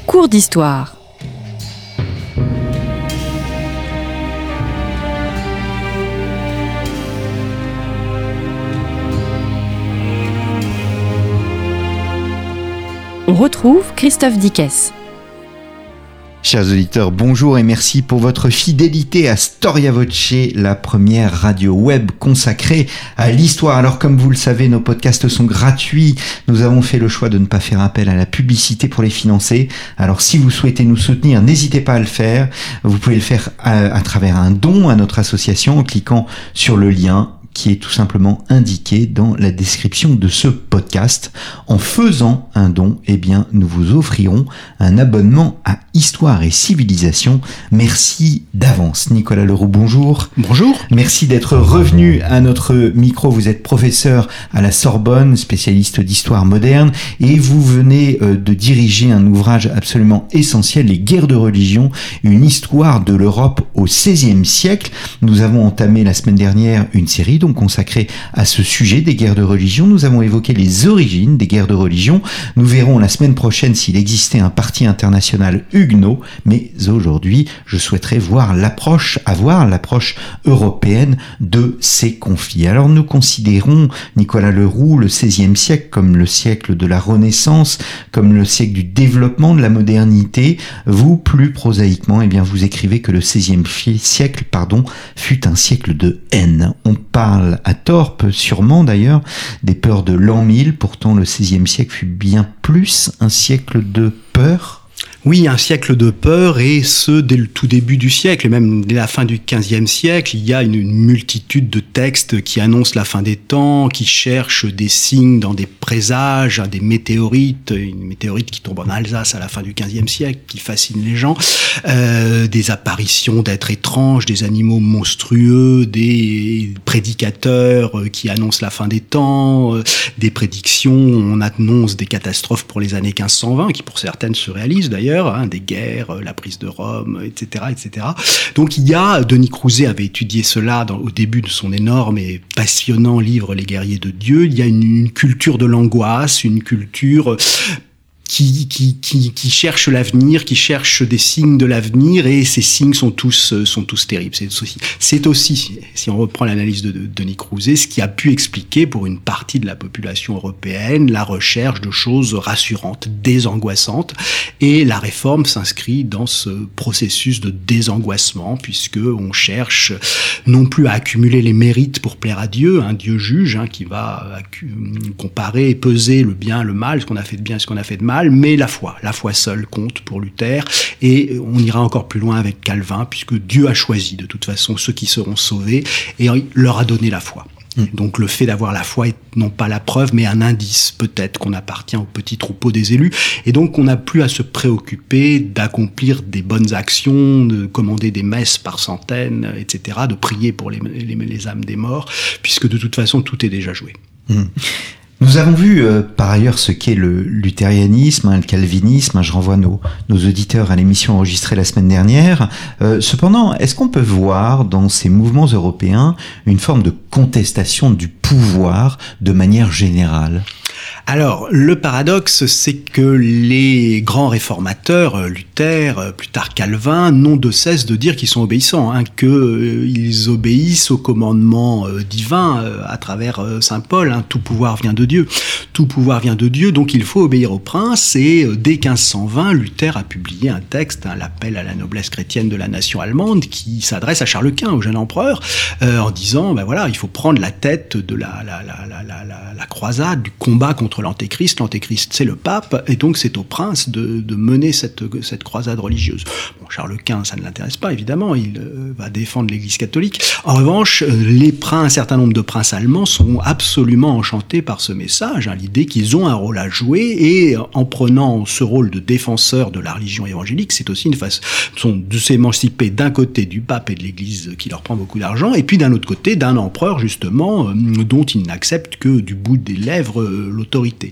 cours d'histoire. On retrouve Christophe Dickès. Chers auditeurs, bonjour et merci pour votre fidélité à Storia Voce, la première radio web consacrée à l'histoire. Alors comme vous le savez, nos podcasts sont gratuits. Nous avons fait le choix de ne pas faire appel à la publicité pour les financer. Alors si vous souhaitez nous soutenir, n'hésitez pas à le faire. Vous pouvez le faire à travers un don à notre association en cliquant sur le lien qui est tout simplement indiqué dans la description de ce podcast. En faisant un don, eh bien, nous vous offrirons un abonnement à Histoire et Civilisation. Merci d'avance. Nicolas Leroux, bonjour. Bonjour. Merci d'être revenu à notre micro. Vous êtes professeur à la Sorbonne, spécialiste d'histoire moderne, et vous venez de diriger un ouvrage absolument essentiel, Les guerres de religion, une histoire de l'Europe au XVIe siècle. Nous avons entamé la semaine dernière une série donc consacré à ce sujet des guerres de religion. Nous avons évoqué les origines des guerres de religion. Nous verrons la semaine prochaine s'il existait un parti international huguenot, mais aujourd'hui, je souhaiterais avoir l'approche européenne de ces conflits. Alors nous considérons, Nicolas Leroux, le XVIe siècle comme le siècle de la Renaissance, comme le siècle du développement de la modernité. Vous, plus prosaïquement, eh bien, vous écrivez que le XVIe siècle, fut un siècle de haine. On parle à tort, sûrement d'ailleurs, des peurs de l'an 1000. Pourtant, le XVIe siècle fut bien plus un siècle de peur. Oui, un siècle de peur, et ce, dès le tout début du siècle, et même dès la fin du XVe siècle, il y a une multitude de textes qui annoncent la fin des temps, qui cherchent des signes dans des présages, des météorites, une météorite qui tombe en Alsace à la fin du XVe siècle, qui fascine les gens, des apparitions d'êtres étranges, des animaux monstrueux, des prédicateurs qui annoncent la fin des temps, des prédictions, on annonce des catastrophes pour les années 1520, qui pour certaines se réalisent d'ailleurs, des guerres, la prise de Rome, etc., etc. Donc Denis Crouzet avait étudié cela au début de son énorme et passionnant livre Les guerriers de Dieu. Il y a une culture de l'angoisse, une culture qui cherche l'avenir, qui cherche des signes de l'avenir, et ces signes sont tous terribles. C'est aussi, si on reprend l'analyse de Denis Crouzet, ce qui a pu expliquer pour une partie de la population européenne la recherche de choses rassurantes, désangoissantes, et la réforme s'inscrit dans ce processus de désangoissement, puisque on cherche non plus à accumuler les mérites pour plaire à Dieu, un Dieu juge qui va comparer et peser le bien, le mal, ce qu'on a fait de bien et ce qu'on a fait de mal, mais la foi seule compte pour Luther, et on ira encore plus loin avec Calvin, puisque Dieu a choisi de toute façon ceux qui seront sauvés, et il leur a donné la foi. Donc le fait d'avoir la foi est non pas la preuve, mais un indice peut-être qu'on appartient au petit troupeau des élus, et donc on n'a plus à se préoccuper d'accomplir des bonnes actions, de commander des messes par centaines, etc., de prier pour les âmes des morts, puisque de toute façon tout est déjà joué. Nous avons vu par ailleurs ce qu'est le luthérianisme, le calvinisme. Je renvoie nos auditeurs à l'émission enregistrée la semaine dernière. Cependant, est-ce qu'on peut voir dans ces mouvements européens une forme de contestation du pouvoir de manière générale ? Alors, le paradoxe, c'est que les grands réformateurs, Luther, plus tard Calvin, n'ont de cesse de dire qu'ils sont obéissants, qu'ils obéissent au commandement divin à travers saint Paul. Tout pouvoir vient de Dieu. Tout pouvoir vient de Dieu, donc il faut obéir au prince. Et dès 1520, Luther a publié un texte, l'appel à la noblesse chrétienne de la nation allemande, qui s'adresse à Charles Quint, au jeune empereur, en disant, il faut prendre la tête de la croisade, du combat contre l'antéchrist. L'antéchrist, c'est le pape, et donc c'est au prince de mener cette croisade religieuse. Bon, Charles Quint, ça ne l'intéresse pas, évidemment, il va défendre l'Église catholique. En revanche, un certain nombre de princes allemands sont absolument enchantés par ce message, l'idée qu'ils ont un rôle à jouer, et en prenant ce rôle de défenseur de la religion évangélique, c'est aussi une façon de s'émanciper d'un côté du pape et de l'Église qui leur prend beaucoup d'argent, et puis d'un autre côté d'un empereur, justement, dont ils n'acceptent que du bout des lèvres l'autorité.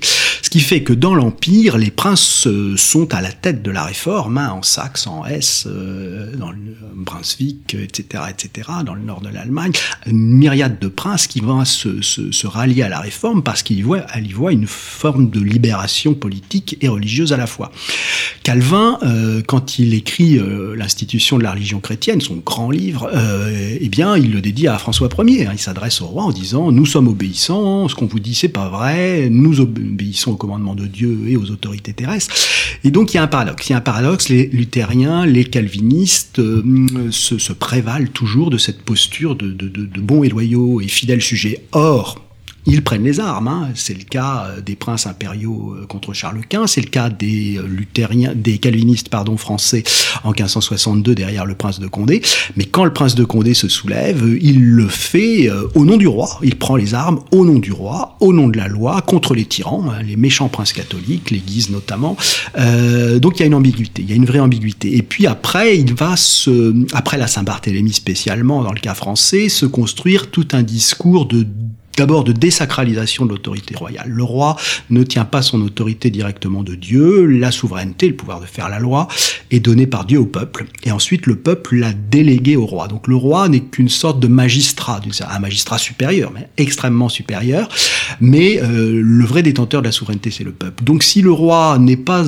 Ce qui fait que dans l'Empire, les princes sont à la tête de la réforme, en Saxe, en Hesse, dans le Brunswick, etc., dans le nord de l'Allemagne, une myriade de princes qui vont se rallier à la réforme parce qu'ils y voient une forme de libération politique et religieuse à la fois. Calvin, quand il écrit l'institution de la religion chrétienne, son grand livre, eh bien, il le dédie à François Ier. Il s'adresse au roi en disant « Nous sommes obéissants, ce qu'on vous dit c'est pas vrai, nous obéissons au commandement de Dieu et aux autorités terrestres. » Et donc, il y a un paradoxe. Les luthériens, les calvinistes se prévalent toujours de cette posture de bons et loyaux et fidèles sujets. Or, ils prennent les armes. C'est le cas des princes impériaux contre Charles Quint, c'est le cas des calvinistes français en 1562 derrière le prince de Condé. Mais quand le prince de Condé se soulève, il le fait au nom du roi. Il prend les armes au nom du roi, au nom de la loi, contre les tyrans, les méchants princes catholiques, les Guises notamment. Donc il y a une ambiguïté, il y a une vraie ambiguïté. Et puis après, après la Saint-Barthélemy spécialement dans le cas français, se construire tout un discours d'abord de désacralisation de l'autorité royale. Le roi ne tient pas son autorité directement de Dieu, la souveraineté, le pouvoir de faire la loi, est donné par Dieu au peuple. Et ensuite, le peuple l'a délégué au roi. Donc le roi n'est qu'une sorte de magistrat, un magistrat supérieur, mais extrêmement supérieur. Mais le vrai détenteur de la souveraineté, c'est le peuple. Donc si le roi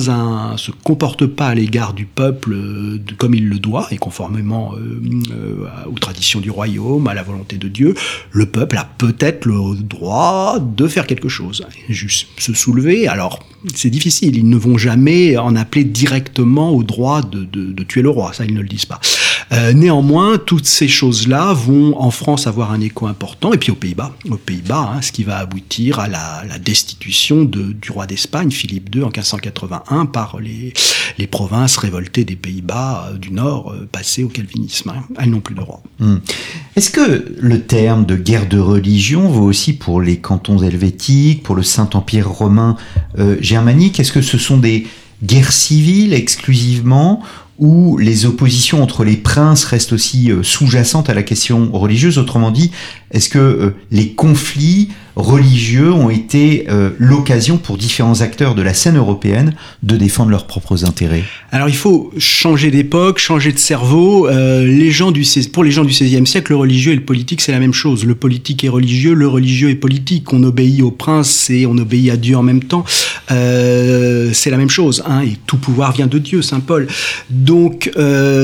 se comporte pas à l'égard du peuple comme il le doit, et conformément aux traditions du royaume, à la volonté de Dieu, le peuple a peut-être le droit de faire quelque chose, juste se soulever. Alors c'est difficile, ils ne vont jamais en appeler directement au droit de tuer le roi, ça ils ne le disent pas. Néanmoins, toutes ces choses-là vont en France avoir un écho important, et puis aux Pays-Bas, ce qui va aboutir à la destitution du roi d'Espagne, Philippe II, en 1581, par les provinces révoltées des Pays-Bas du Nord, passées au calvinisme. Elles n'ont plus de roi. Est-ce que le terme de guerre de religion vaut aussi pour les cantons helvétiques, pour le Saint-Empire romain germanique? Est-ce que ce sont des guerres civiles exclusivement, où les oppositions entre les princes restent aussi sous-jacentes à la question religieuse? Autrement dit, est-ce que les conflits religieux ont été l'occasion pour différents acteurs de la scène européenne de défendre leurs propres intérêts? Alors il faut changer d'époque, changer de cerveau. Pour les gens du XVIe siècle, le religieux et le politique, c'est la même chose. Le politique est religieux, le religieux est politique. On obéit au prince et on obéit à Dieu en même temps. C'est la même chose. Et tout pouvoir vient de Dieu, saint Paul. Donc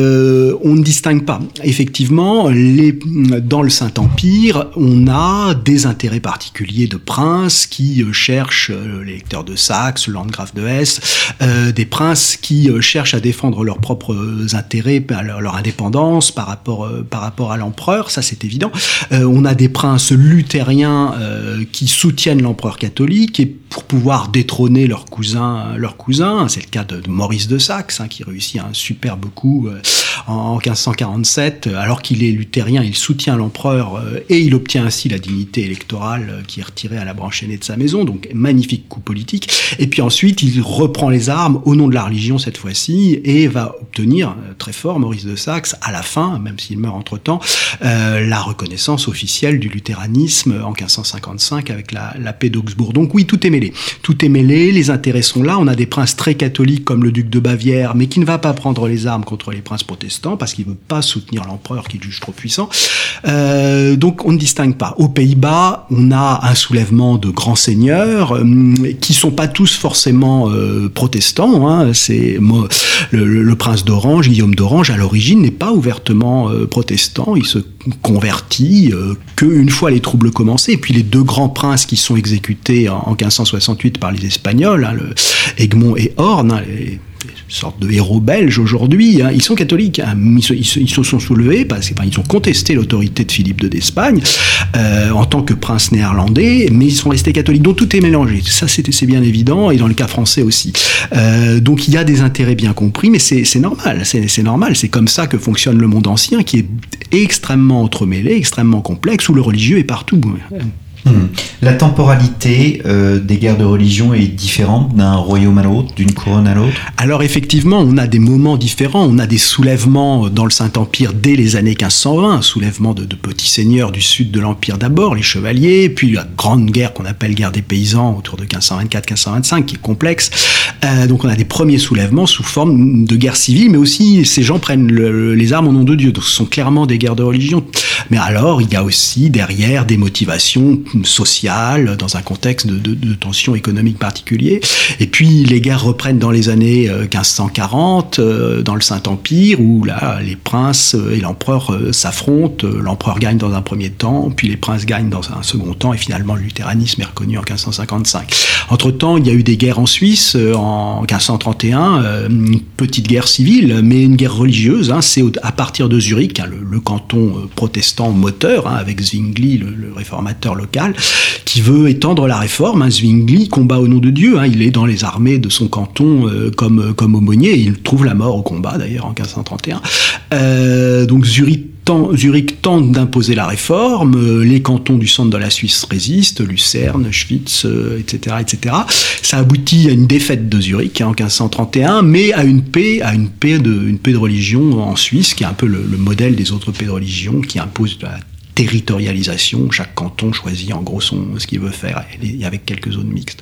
on ne distingue pas. Effectivement, dans le Saint-Empire, on a des intérêts particuliers de princes qui cherchent, l'électeur de Saxe, le landgrave de Hesse, des princes qui cherchent à défendre leurs propres intérêts, leur indépendance par rapport à l'empereur, ça c'est évident. On a des princes luthériens qui soutiennent l'empereur catholique et pour pouvoir détrôner leur cousin, c'est le cas de Maurice de Saxe, qui réussit un superbe coup en 1547, alors qu'il est luthérien, il soutient l'empereur et il obtient ainsi la dignité électorale qui est retirée à la branche aînée de sa maison, donc magnifique coup politique. Et puis ensuite, il reprend les armes au nom de la religion cette fois-ci et va obtenir, très fort, Maurice de Saxe, à la fin, même s'il meurt entre-temps, la reconnaissance officielle du luthéranisme en 1555 avec la paix d'Augsbourg. Donc oui, tout est mêlé, les intérêts sont là. On a des princes très catholiques comme le duc de Bavière, mais qui ne va pas prendre les armes contre les princes protestants parce qu'il ne veut pas soutenir l'empereur qu'il juge trop puissant. Donc on ne distingue pas. Aux Pays-Bas, on a un soulèvement de grands seigneurs qui sont pas tous forcément protestants. C'est le prince d'Orange, Guillaume d'Orange, à l'origine n'est pas ouvertement protestant. Il se convertit qu'une fois les troubles commencés. Et puis les deux grands princes qui sont exécutés en 1568 par les Espagnols, Egmont et Horn, les sorte de héros belges aujourd'hui, ils sont catholiques. Ils se sont soulevés parce qu'ils ont contesté l'autorité de Philippe II d'Espagne en tant que prince néerlandais, mais ils sont restés catholiques. Donc tout est mélangé. Ça, c'est bien évident, et dans le cas français aussi. Donc il y a des intérêts bien compris, mais c'est normal. C'est normal. C'est comme ça que fonctionne le monde ancien, qui est extrêmement entremêlé, extrêmement complexe, où le religieux est partout. La temporalité des guerres de religion est différente d'un royaume à l'autre, d'une couronne à l'autre? Alors effectivement, on a des moments différents. On a des soulèvements dans le Saint-Empire dès les années 1520, un soulèvement de petits seigneurs du sud de l'Empire d'abord, les chevaliers, puis la grande guerre qu'on appelle guerre des paysans autour de 1524-1525, qui est complexe. Donc on a des premiers soulèvements sous forme de guerre civile, mais aussi ces gens prennent les armes au nom de Dieu. Donc ce sont clairement des guerres de religion. Mais alors, il y a aussi derrière des motivations sociales dans un contexte de tensions économiques particuliers. Et puis, les guerres reprennent dans les années 1540, dans le Saint-Empire, où là, les princes et l'empereur s'affrontent. L'empereur gagne dans un premier temps, puis les princes gagnent dans un second temps, et finalement, le luthéranisme est reconnu en 1555. Entre-temps, il y a eu des guerres en Suisse, en 1531, une petite guerre civile, mais une guerre religieuse. C'est à partir de Zurich, le canton protestant moteur, avec Zwingli, le réformateur local, qui veut étendre la réforme. Zwingli combat au nom de Dieu. Il est dans les armées de son canton comme aumônier. Et il trouve la mort au combat, d'ailleurs, en 1531. Donc Zurich tente d'imposer la réforme, les cantons du centre de la Suisse résistent, Lucerne, Schwyz, etc., etc. Ça aboutit à une défaite de Zurich en 1531, mais à une paix de religion en Suisse, qui est un peu le modèle des autres paix de religion, qui impose la territorialisation. Chaque canton choisit en gros ce qu'il veut faire, et avec quelques zones mixtes.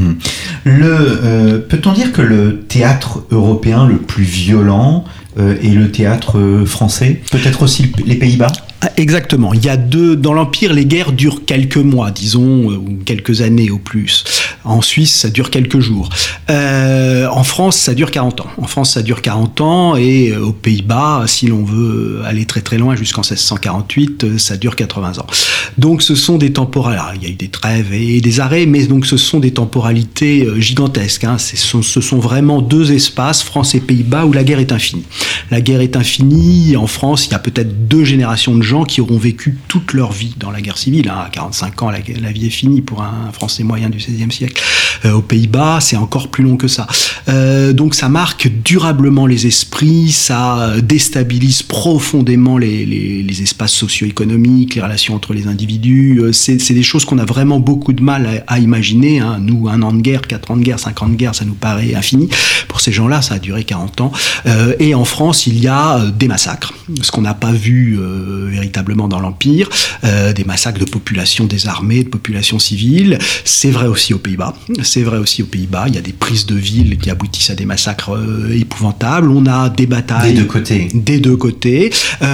Peut-on dire que le théâtre européen le plus violent est le théâtre français? Peut-être aussi les Pays-Bas? Exactement. Il y a dans l'Empire, les guerres durent quelques mois, disons, ou quelques années au plus. En Suisse, ça dure quelques jours. En France, ça dure 40 ans. En France, ça dure 40 ans, et aux Pays-Bas, si l'on veut aller très très loin, jusqu'en 1648, ça dure 80 ans. Donc ce sont des temporalités. Il y a eu des trêves et des arrêts, mais donc ce sont des temporalités gigantesques. Ce sont vraiment deux espaces, France et Pays-Bas, où la guerre est infinie. La guerre est infinie. En France, il y a peut-être 2 générations de gens qui auront vécu toute leur vie dans la guerre civile. À 45 ans, la vie est finie pour un Français moyen du XVIe siècle. Aux Pays-Bas, c'est encore plus long que ça. Donc ça marque durablement les esprits, ça déstabilise profondément les espaces socio-économiques, les relations entre les individus. C'est des choses qu'on a vraiment beaucoup de mal à imaginer. Nous, 1 an de guerre, 4 ans de guerre, 5 ans de guerre, ça nous paraît infini. Pour ces gens-là, ça a duré 40 ans. Et en France, il y a des massacres, ce qu'on n'a pas vu véritablement dans l'Empire, des massacres de populations désarmées, de populations civiles. C'est vrai aussi aux Pays-Bas. Il y a des prises de villes qui aboutissent à des massacres épouvantables. On a des batailles des deux côtés.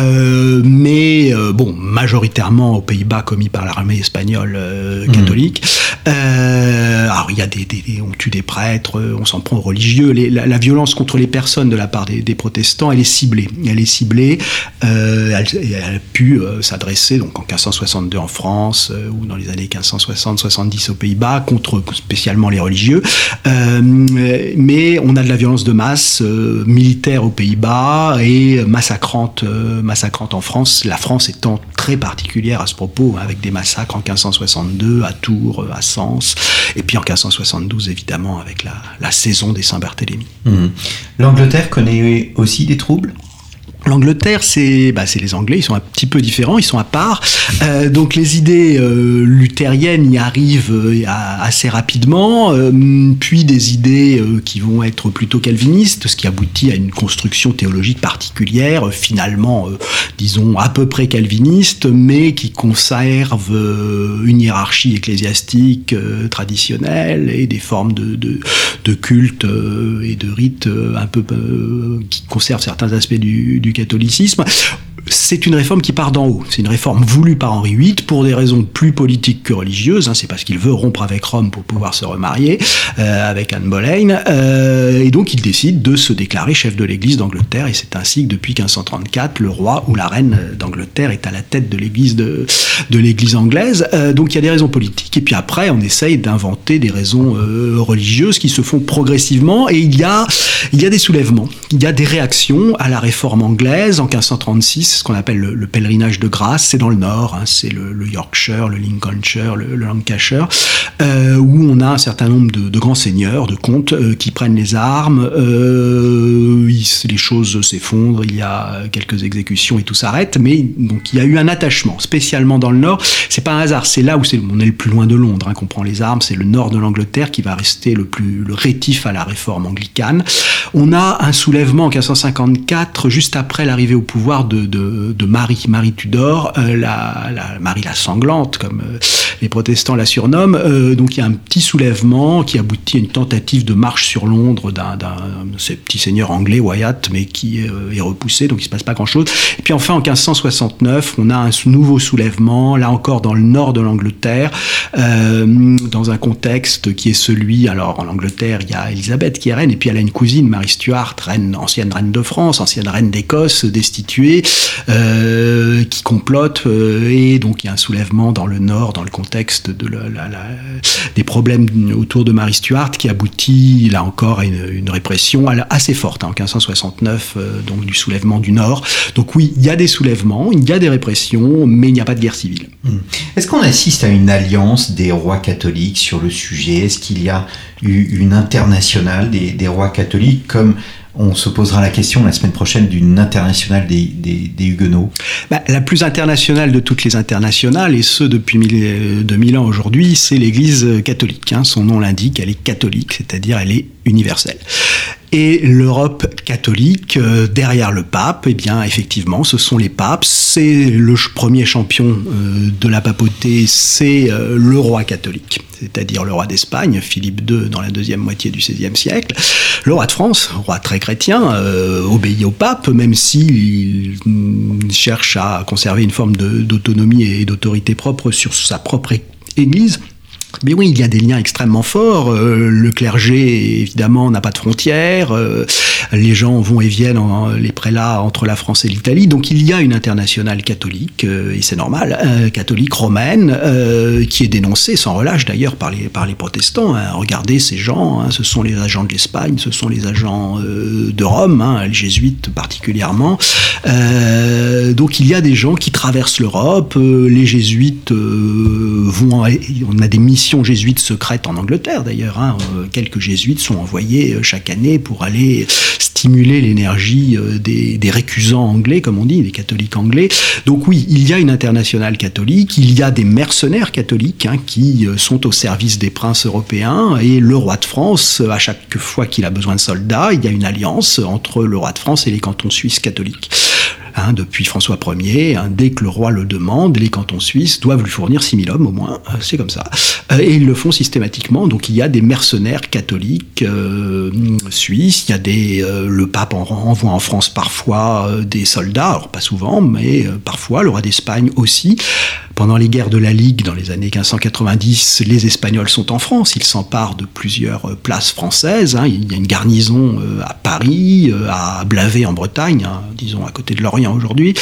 Mais majoritairement aux Pays-Bas commis par l'armée espagnole catholique. Alors il y a on tue des prêtres, on s'en prend aux religieux. La violence contre les personnes de la part des protestants, elle est ciblée. Elle a pu s'adresser donc en 1562 en France ou dans les années 1560-70 aux Pays-Bas contre spécialement les religieux. Mais on a de la violence de masse militaire aux Pays-Bas et massacrante en France. La France étant très particulière à ce propos, avec des massacres en 1562 à Tours, à Sens, et puis en 1572 évidemment avec la saison des Saint-Barthélemy. L'Angleterre connaît aussi des troubles? L'Angleterre, c'est les Anglais, ils sont un petit peu différents, ils sont à part. Donc les idées luthériennes y arrivent assez rapidement, puis des idées qui vont être plutôt calvinistes, ce qui aboutit à une construction théologique particulière, finalement, disons, à peu près calviniste, mais qui conserve une hiérarchie ecclésiastique traditionnelle et des formes de culte et de rites un peu qui conservent certains aspects du catholicisme. C'est une réforme qui part d'en haut. C'est une réforme voulue par Henri VIII pour des raisons plus politiques que religieuses. C'est parce qu'il veut rompre avec Rome pour pouvoir se remarier avec Anne Boleyn. Et donc il décide de se déclarer chef de l'Église d'Angleterre. Et c'est ainsi que depuis 1534, le roi ou la reine d'Angleterre est à la tête de l'Église de l'Église anglaise. Donc il y a des raisons politiques. Et puis après, on essaye d'inventer des raisons religieuses qui se font progressivement. Et il y a des soulèvements. Il y a des réactions à la réforme anglaise en 1536. Ce qu'on appelle le pèlerinage de grâce, c'est dans le nord, c'est le Yorkshire, le Lincolnshire, le Lancashire. où on a un certain nombre de grands seigneurs, de comtes, qui prennent les armes, les choses s'effondrent, il y a quelques exécutions et tout s'arrête, mais donc il y a eu un attachement, spécialement dans le Nord. C'est pas un hasard, c'est là où on est le plus loin de Londres, qu'on prend les armes, c'est le Nord de l'Angleterre qui va rester le rétif à la réforme anglicane. On a un soulèvement en 1554, juste après l'arrivée au pouvoir de Marie Tudor, Marie la sanglante, comme les protestants la surnomment. Donc il y a un petit soulèvement qui aboutit à une tentative de marche sur Londres d'un ces petits seigneurs anglais, Wyatt, mais qui est repoussé, donc il se passe pas grand-chose. Et puis enfin en 1569, on a un nouveau soulèvement, là encore dans le nord de l'Angleterre, dans un contexte qui est celui, alors en Angleterre il y a Élisabeth qui est reine, et puis elle a une cousine, Marie Stuart, ancienne reine de France, ancienne reine d'Écosse, destituée, qui complote, et donc il y a un soulèvement dans le nord, dans le contexte des problèmes autour de Marie Stuart, qui aboutit là encore à une répression assez forte, en 1569, donc du soulèvement du Nord. Donc oui, il y a des soulèvements, il y a des répressions, mais il n'y a pas de guerre civile. Est-ce qu'on assiste à une alliance des rois catholiques sur le sujet? Est-ce qu'il y a eu une internationale des rois catholiques, comme on se posera la question la semaine prochaine d'une internationale des Huguenots? La plus internationale de toutes les internationales, et ce depuis 2000 ans aujourd'hui, c'est l'Église catholique. Son nom l'indique, elle est catholique, c'est-à-dire elle est universelle. Et l'Europe catholique, derrière le pape, eh bien, effectivement, ce sont les papes. C'est le premier champion de la papauté, c'est le roi catholique, c'est-à-dire le roi d'Espagne, Philippe II, dans la deuxième moitié du XVIe siècle. Le roi de France, roi très chrétien, obéit au pape, même s'il cherche à conserver une forme d'autonomie et d'autorité propre sur sa propre Église. Mais oui, il y a des liens extrêmement forts. Le clergé, évidemment, n'a pas de frontières. Les gens vont et viennent, les prélats, entre la France et l'Italie. Donc il y a une internationale catholique, et c'est normal, catholique romaine, qui est dénoncée sans relâche d'ailleurs par les protestants. Regardez ces gens, ce sont les agents de l'Espagne, ce sont les agents de Rome, les jésuites particulièrement. Donc il y a des gens qui traversent l'Europe. Les jésuites on a des missions jésuites secrètes en Angleterre d'ailleurs. Quelques jésuites sont envoyés chaque année pour aller stimuler l'énergie des récusants anglais, comme on dit, des catholiques anglais. Donc oui, il y a une internationale catholique, il y a des mercenaires catholiques qui sont au service des princes européens, et le roi de France, à chaque fois qu'il a besoin de soldats, il y a une alliance entre le roi de France et les cantons suisses catholiques. Depuis François Ier, dès que le roi le demande, les cantons suisses doivent lui fournir 6 000 hommes au moins, c'est comme ça. Et ils le font systématiquement, donc il y a des mercenaires catholiques suisses, il y a le pape envoie en France parfois des soldats, alors pas souvent, mais parfois, le roi d'Espagne aussi. Pendant les guerres de la Ligue, dans les années 1590, les Espagnols sont en France, ils s'emparent de plusieurs places françaises. Il y a une garnison à Paris, à Blavet en Bretagne, disons à côté de Lorient aujourd'hui.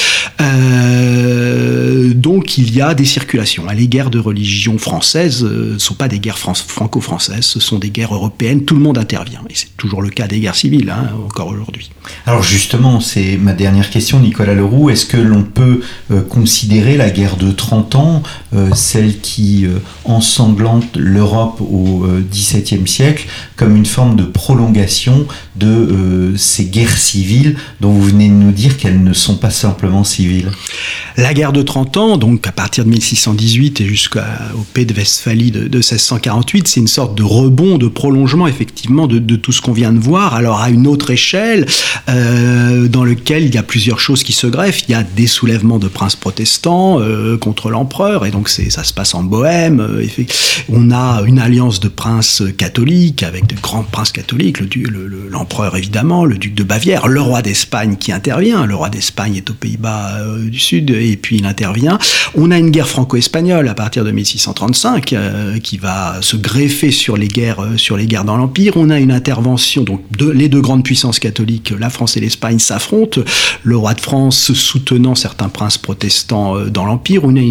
Donc il y a des circulations. Les guerres de religion françaises ne sont pas des guerres franco-françaises, ce sont des guerres européennes, tout le monde intervient. Et c'est toujours le cas des guerres civiles, encore aujourd'hui. Alors justement, c'est ma dernière question, Nicolas Leroux. Est-ce que l'on peut considérer la guerre de 30 ans, celle qui ensanglante l'Europe au XVIIe siècle, comme une forme de prolongation de ces guerres civiles dont vous venez de nous dire qu'elles ne sont pas simplement civiles? La guerre de 30 ans, donc à partir de 1618 et jusqu'au paix de Westphalie de 1648, c'est une sorte de rebond, de prolongement effectivement de tout ce qu'on vient de voir, alors à une autre échelle, dans lequel il y a plusieurs choses qui se greffent. Il y a des soulèvements de princes protestants contre l'empereur, et donc ça se passe en Bohème. On a une alliance de princes catholiques, avec de grands princes catholiques, l'empereur évidemment, le duc de Bavière, le roi d'Espagne qui intervient. Le roi d'Espagne est aux Pays-Bas du Sud, et puis il intervient. On a une guerre franco-espagnole à partir de 1635 qui va se greffer sur les guerres dans l'Empire. On a une intervention, donc les deux grandes puissances catholiques, la France et l'Espagne, s'affrontent. Le roi de France soutenant certains princes protestants dans l'Empire. On a une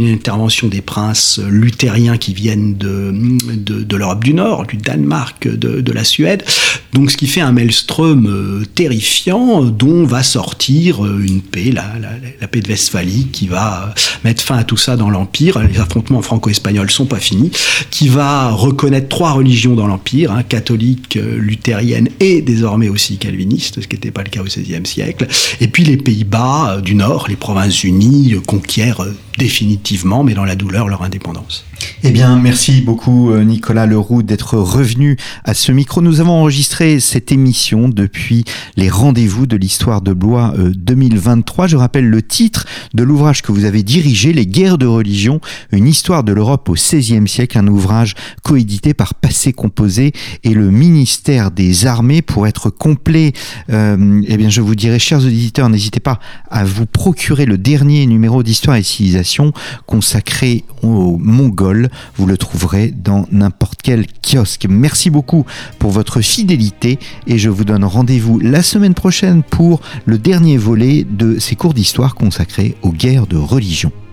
une intervention des princes luthériens qui viennent de l'Europe du Nord, du Danemark, de la Suède. Donc ce qui fait un maelstrom terrifiant dont va sortir une paix, la paix de Westphalie, qui va mettre fin à tout ça dans l'Empire. Les affrontements franco-espagnols sont pas finis, qui va reconnaître 3 religions dans l'Empire, catholique, luthérienne et désormais aussi calviniste, ce qui n'était pas le cas au XVIe siècle. Et puis les Pays-Bas du Nord, les Provinces-Unies, conquièrent définitivement, mais dans la douleur, leur indépendance. Eh bien, merci beaucoup Nicolas Leroux d'être revenu à ce micro. Nous avons enregistré cette émission depuis les rendez-vous de l'histoire de Blois 2023. Je rappelle le titre de l'ouvrage que vous avez dirigé, Les guerres de religion, une histoire de l'Europe au XVIe siècle, un ouvrage coédité par Passé Composé et le ministère des Armées. Pour être complet, eh bien, je vous dirais, chers auditeurs, n'hésitez pas à vous procurer le dernier numéro d'Histoire et Civilisation consacré aux Mongols. Vous le trouverez dans n'importe quel kiosque. Merci beaucoup pour votre fidélité et je vous donne rendez-vous la semaine prochaine pour le dernier volet de ces cours d'histoire consacrés aux guerres de religion.